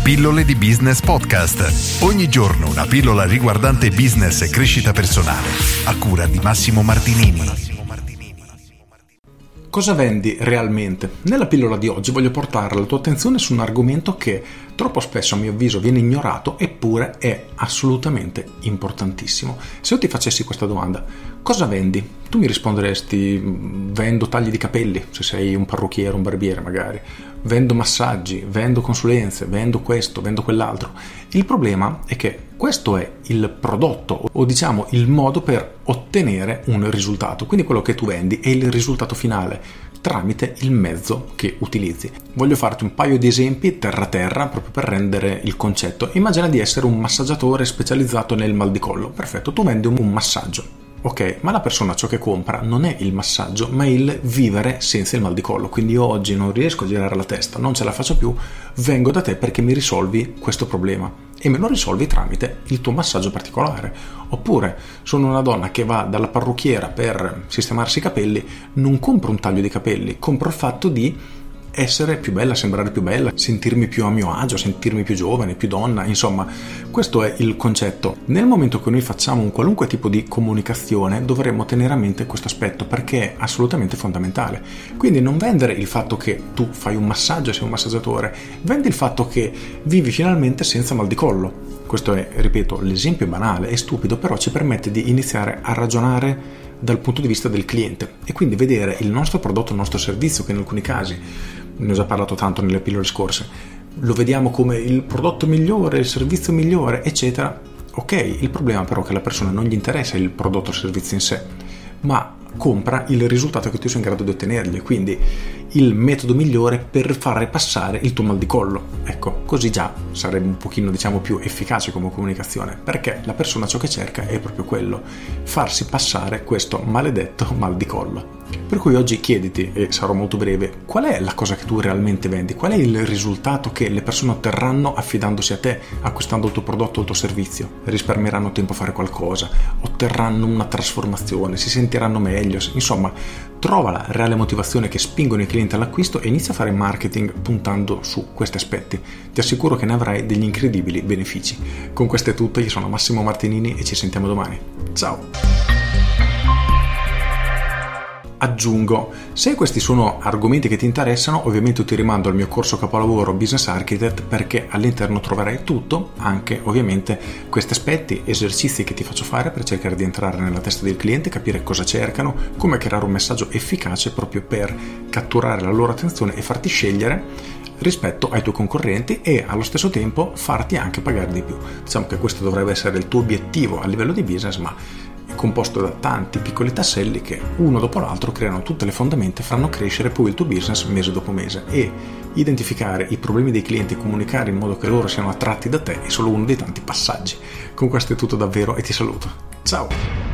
Pillole di Business Podcast. Ogni giorno una pillola riguardante business e crescita personale. A cura di Massimo Martinini. Cosa vendi realmente? Nella pillola di oggi voglio portare la tua attenzione su un argomento che troppo spesso a mio avviso viene ignorato, eppure è assolutamente importantissimo. Se io ti facessi questa domanda, cosa vendi? Tu mi risponderesti: vendo tagli di capelli, se sei un parrucchiere, un barbiere magari, vendo massaggi, vendo consulenze, vendo questo, vendo quell'altro. Il problema è che questo è il prodotto, o diciamo il modo per ottenere un risultato, quindi quello che tu vendi è il risultato finale tramite il mezzo che utilizzi. Voglio farti un paio di esempi terra proprio per rendere il concetto. Immagina di essere un massaggiatore specializzato nel mal di collo. Perfetto, tu vendi un massaggio. Ok, ma la persona ciò che compra non è il massaggio, ma il vivere senza il mal di collo. Quindi io oggi non riesco a girare la testa, non ce la faccio più, vengo da te perché mi risolvi questo problema e me lo risolvi tramite il tuo massaggio particolare. Oppure sono una donna che va dalla parrucchiera per sistemarsi i capelli, non compro un taglio di capelli, compro il fatto di essere più bella, sembrare più bella, sentirmi più a mio agio, sentirmi più giovane, più donna, insomma, questo è il concetto. Nel momento che noi facciamo un qualunque tipo di comunicazione dovremmo tenere a mente questo aspetto perché è assolutamente fondamentale. Quindi non vendere il fatto che tu fai un massaggio e sei un massaggiatore, vendi il fatto che vivi finalmente senza mal di collo. Questo è, ripeto, l'esempio banale, è stupido, però ci permette di iniziare a ragionare dal punto di vista del cliente e quindi vedere il nostro prodotto, il nostro servizio, che in alcuni casi, ne ho già parlato tanto nelle pillole scorse, lo vediamo come il prodotto migliore, il servizio migliore, eccetera. Ok, il problema però è che alla persona non gli interessa il prodotto o il servizio in sé, ma compra il risultato che tu sei in grado di ottenergli, quindi il metodo migliore per fare passare il tuo mal di collo. Ecco, così già sarebbe un pochino, diciamo, più efficace come comunicazione, perché la persona ciò che cerca è proprio quello, farsi passare questo maledetto mal di collo. Per cui oggi chiediti, e sarò molto breve, qual è la cosa che tu realmente vendi? Qual è il risultato che le persone otterranno affidandosi a te, acquistando il tuo prodotto o il tuo servizio? Risparmieranno tempo a fare qualcosa, otterranno una trasformazione, si sentiranno meglio, insomma, trova la reale motivazione che spingono i clienti all'acquisto e inizia a fare marketing puntando su questi aspetti. Ti assicuro che ne avrai degli incredibili benefici. Con questo è tutto, io sono Massimo Martinini e ci sentiamo domani. Ciao! Aggiungo, se questi sono argomenti che ti interessano, ovviamente ti rimando al mio corso capolavoro Business Architect, perché all'interno troverai tutto, anche ovviamente questi aspetti, esercizi che ti faccio fare per cercare di entrare nella testa del cliente, capire cosa cercano, come creare un messaggio efficace proprio per catturare la loro attenzione e farti scegliere rispetto ai tuoi concorrenti e allo stesso tempo farti anche pagare di più. Diciamo che questo dovrebbe essere il tuo obiettivo a livello di business, ma composto da tanti piccoli tasselli che uno dopo l'altro creano tutte le fondamenta e faranno crescere poi il tuo business mese dopo mese. E identificare i problemi dei clienti e comunicare in modo che loro siano attratti da te è solo uno dei tanti passaggi. Con questo è tutto davvero e ti saluto. Ciao!